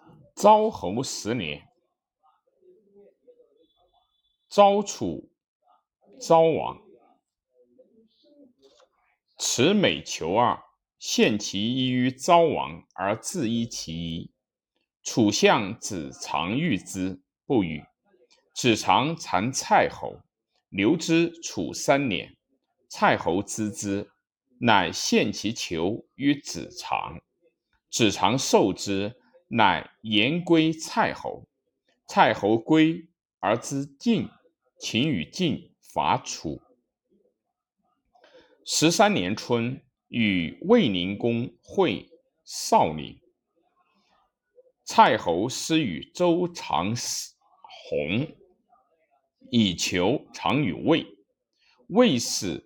昭侯10年，昭楚昭王，持美求二，献其一于昭王，而自依其一。楚相子常遇之，不与。子常缠蔡侯，留之楚3年。蔡侯知之，乃献其求于子常。子常受之，乃言归蔡侯。蔡侯归而知晋，秦与晋伐楚。13年春，与卫灵公会少陵。蔡侯私与周长弘，以求常与魏。魏使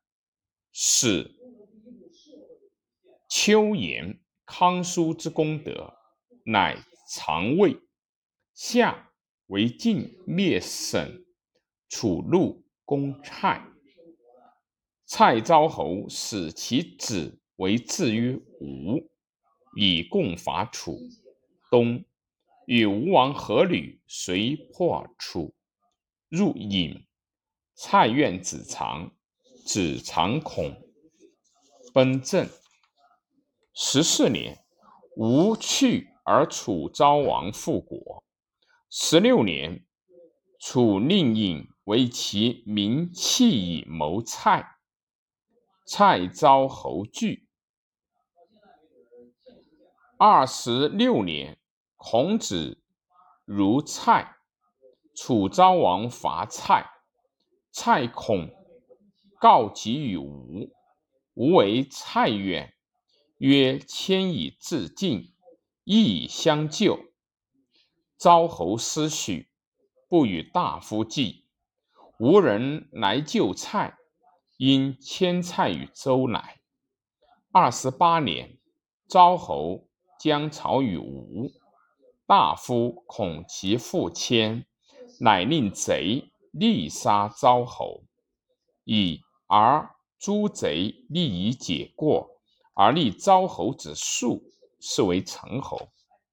丘言康叔之功德，乃常魏。夏，为晋灭沈，楚入攻蔡。蔡昭侯使其子为质于吴，以共伐楚。冬，与吴王阖闾随破楚，入郢。蔡怨子常，子常恐，奔郑。14年，吴去而楚昭王复国。16年，楚令尹为其民弃以谋蔡。蔡昭侯惧。26年，孔子如蔡，楚昭王伐蔡。蔡恐，告急于吴。吴为蔡远，曰：迁以自尽，亦以相救。昭侯思许，不与大夫计。吴人来救蔡，因迁蔡于周乃。28年，昭侯将曹于吴，大夫恐其复迁，乃令贼力杀昭侯，而诸贼力以解过，而立昭侯子述，是为成侯。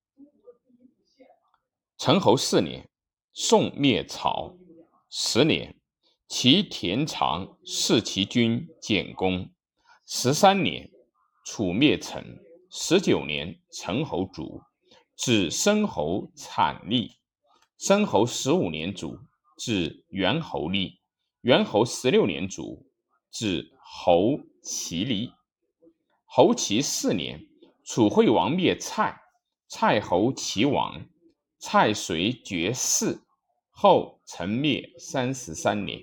成侯4年，宋灭曹。10年，其田常弑其君简公。13年，楚灭陈。19年，成侯卒，子申侯产立。申侯15年卒，子元侯立。元侯16年卒，子侯齐立。侯齐4年，楚惠王灭蔡，蔡侯齐王。蔡随绝嗣，后陈灭33年。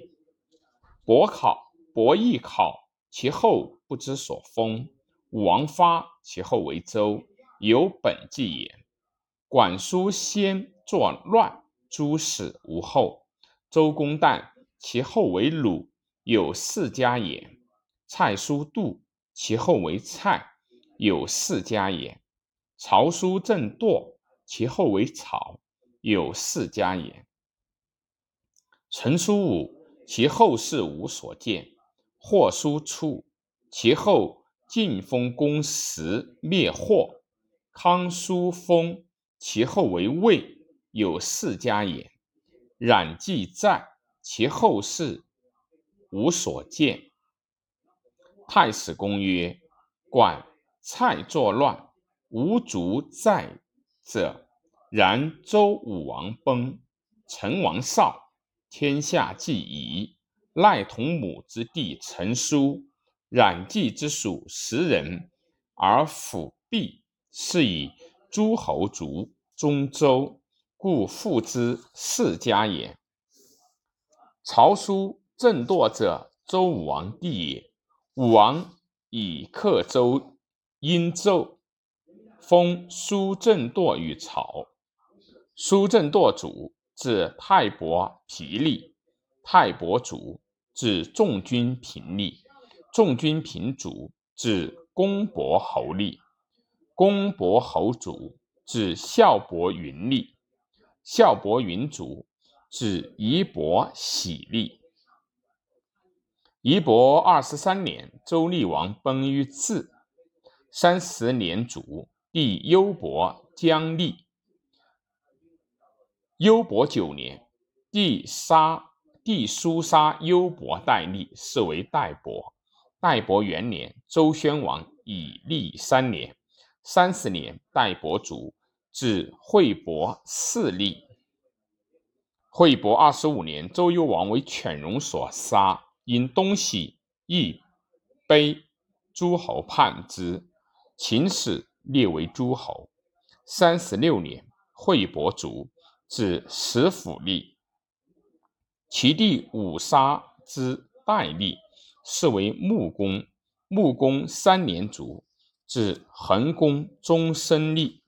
伯邑考，其后不知所封。武王发，其后为周，有本纪言。管叔先作乱，诸史无后。周公旦，其后为鲁，有4家言。蔡叔度，其后为蔡，有4家言。曹叔正惰，其后为曹，有4家言。陈叔武，其后世无所见。霍叔处，其后晋封公时，灭霍。康叔封，其后为魏，有4家言。冉季在，其后世无所见。太史公曰：管蔡作乱，无足在者。然周武王崩，陈王少，天下既夷。赖同母之弟陈叔，冉季之属10人，而辅弼，是以诸侯族中周，故父之4家言。曹叔正惰者，周武王弟也。武王以克周殷纣，封叔正惰于曹。叔正惰卒，至太伯皮利。太伯卒，至仲君平利。仲君平卒，至公伯侯利。公伯侯卒，至孝伯云利。孝伯云卒，至夷伯喜利。夷伯23年，周厉王崩于治。30年卒，弟幽伯将立。 幽伯9年，帝叔杀幽伯代立，是为代伯。代伯元年，周宣王以立3年。30年，代伯卒，至惠伯4立。惠伯25年，周幽王为犬戎所杀，因东西邑卑诸侯叛之，秦氏列为诸侯。36年，惠伯卒，至石府立。其弟五杀之代立，是为穆公。穆公3年卒，至桓公中申立。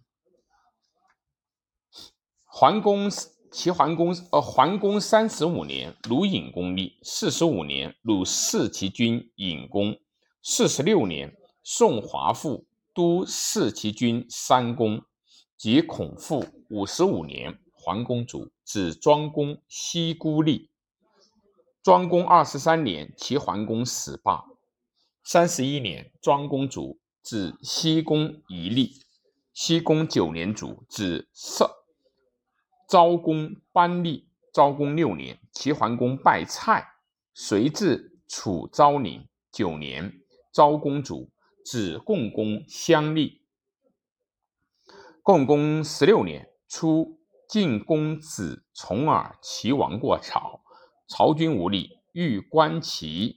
桓公35年，鲁隐公立。45年，鲁弑其君隐公。46年，宋华父都弑其君三公，及孔父。55年，桓公卒，至庄公西孤立。庄公23年，齐桓公死罢。31年，庄公卒，至西公一立。西公9年卒，至昭公班立。昭公6年，齐桓公败蔡，遂至楚昭陵。9年，昭公卒，至共公相立。共公16年，初，晋公子重耳齐王过朝，朝军无力，欲观其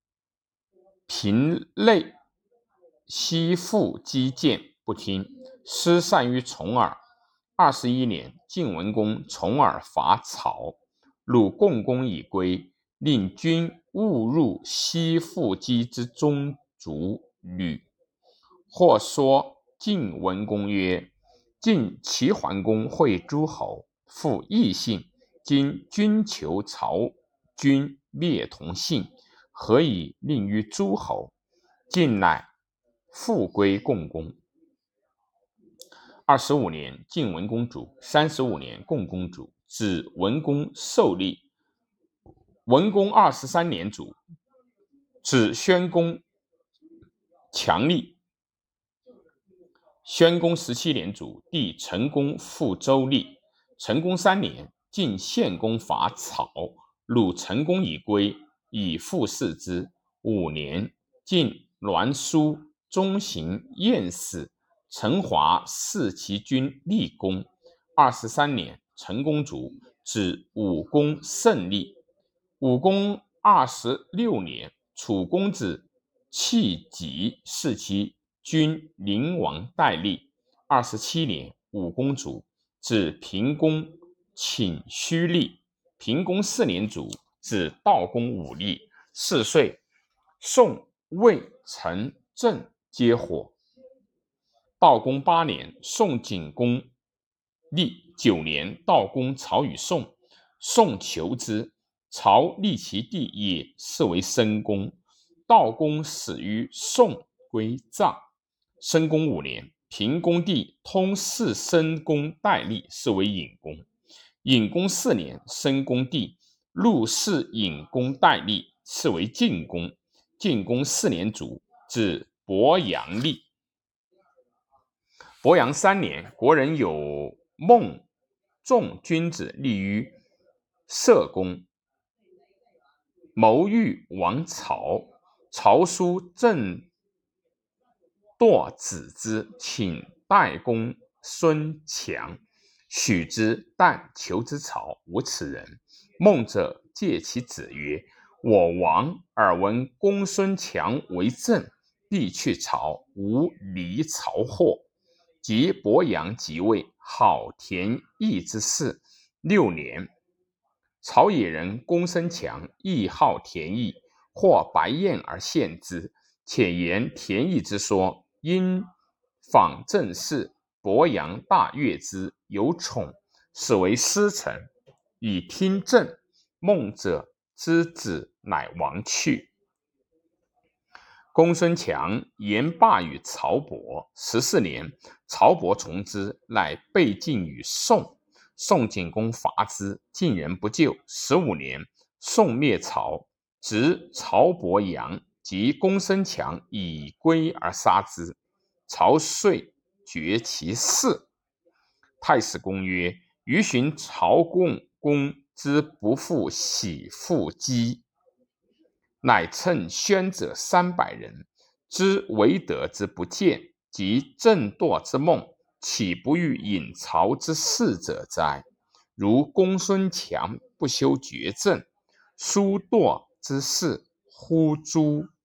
平类，西复击谏，不听，失散于重耳。21年，晋文公重耳伐曹，鲁共公以归，令军误入西复击之中卒吕。或说晋文公曰：晋齐桓公会诸侯，复异姓，今君求曹君灭同姓，何以令于诸侯？晋乃复归共公。25年，晋文公卒。35年，共公卒，至文公受立。文公23年卒，至宣公强立。宣公17年卒，弟成公复周立。成公3年，晋献公伐曹，鲁成公以归，以复事之。5年，晋栾书中行晏死，成华弑其君立公。23年，成公卒，至武公胜立。武公26年，楚公子弃疾弑其君灵王代立。27年，武公卒，至平公请虚立。平公4年卒，至悼公5立。4岁，宋、魏、陈、郑皆火。悼公8年，宋景公立。9年，悼公曹与宋，宋求之，曹立其弟也，是为申公。悼公死于宋，归葬。申公5年，平公弟通弑申公代立，是为隐公。隐公4年，申公弟陆弑隐公代立，是为晋公。晋公4年卒，至伯阳立。伯阳3年，国人有孟仲君子立于社公，谋欲亡曹。曹叔正堕子之，请代公孙强，许之，但求之曹，无此人。孟者戒其子曰：我亡耳闻公孙强为政，必去曹，无离曹祸。及伯阳即位，好田邑之事。6年，曹野人公孙强亦好田邑，获白燕而献之，且言田邑之说，因访政事，伯阳大悦之，有宠，使为师臣，以听政。孟者之子乃亡去。公孙强言罢与曹伯。14年，曹伯从之，乃被晋于宋。宋景公伐之，晋人不救。15年，宋灭曹，执曹伯阳及公孙强以归而杀之。曹遂绝其嗣。太史公曰： 余寻曹公之不复喜父姬，乃乘宣者300人，知韦德之不见，及郑惰之梦，岂不欲引曹之事者哉？如公孙强不修厥政，叔惰之事乎诸？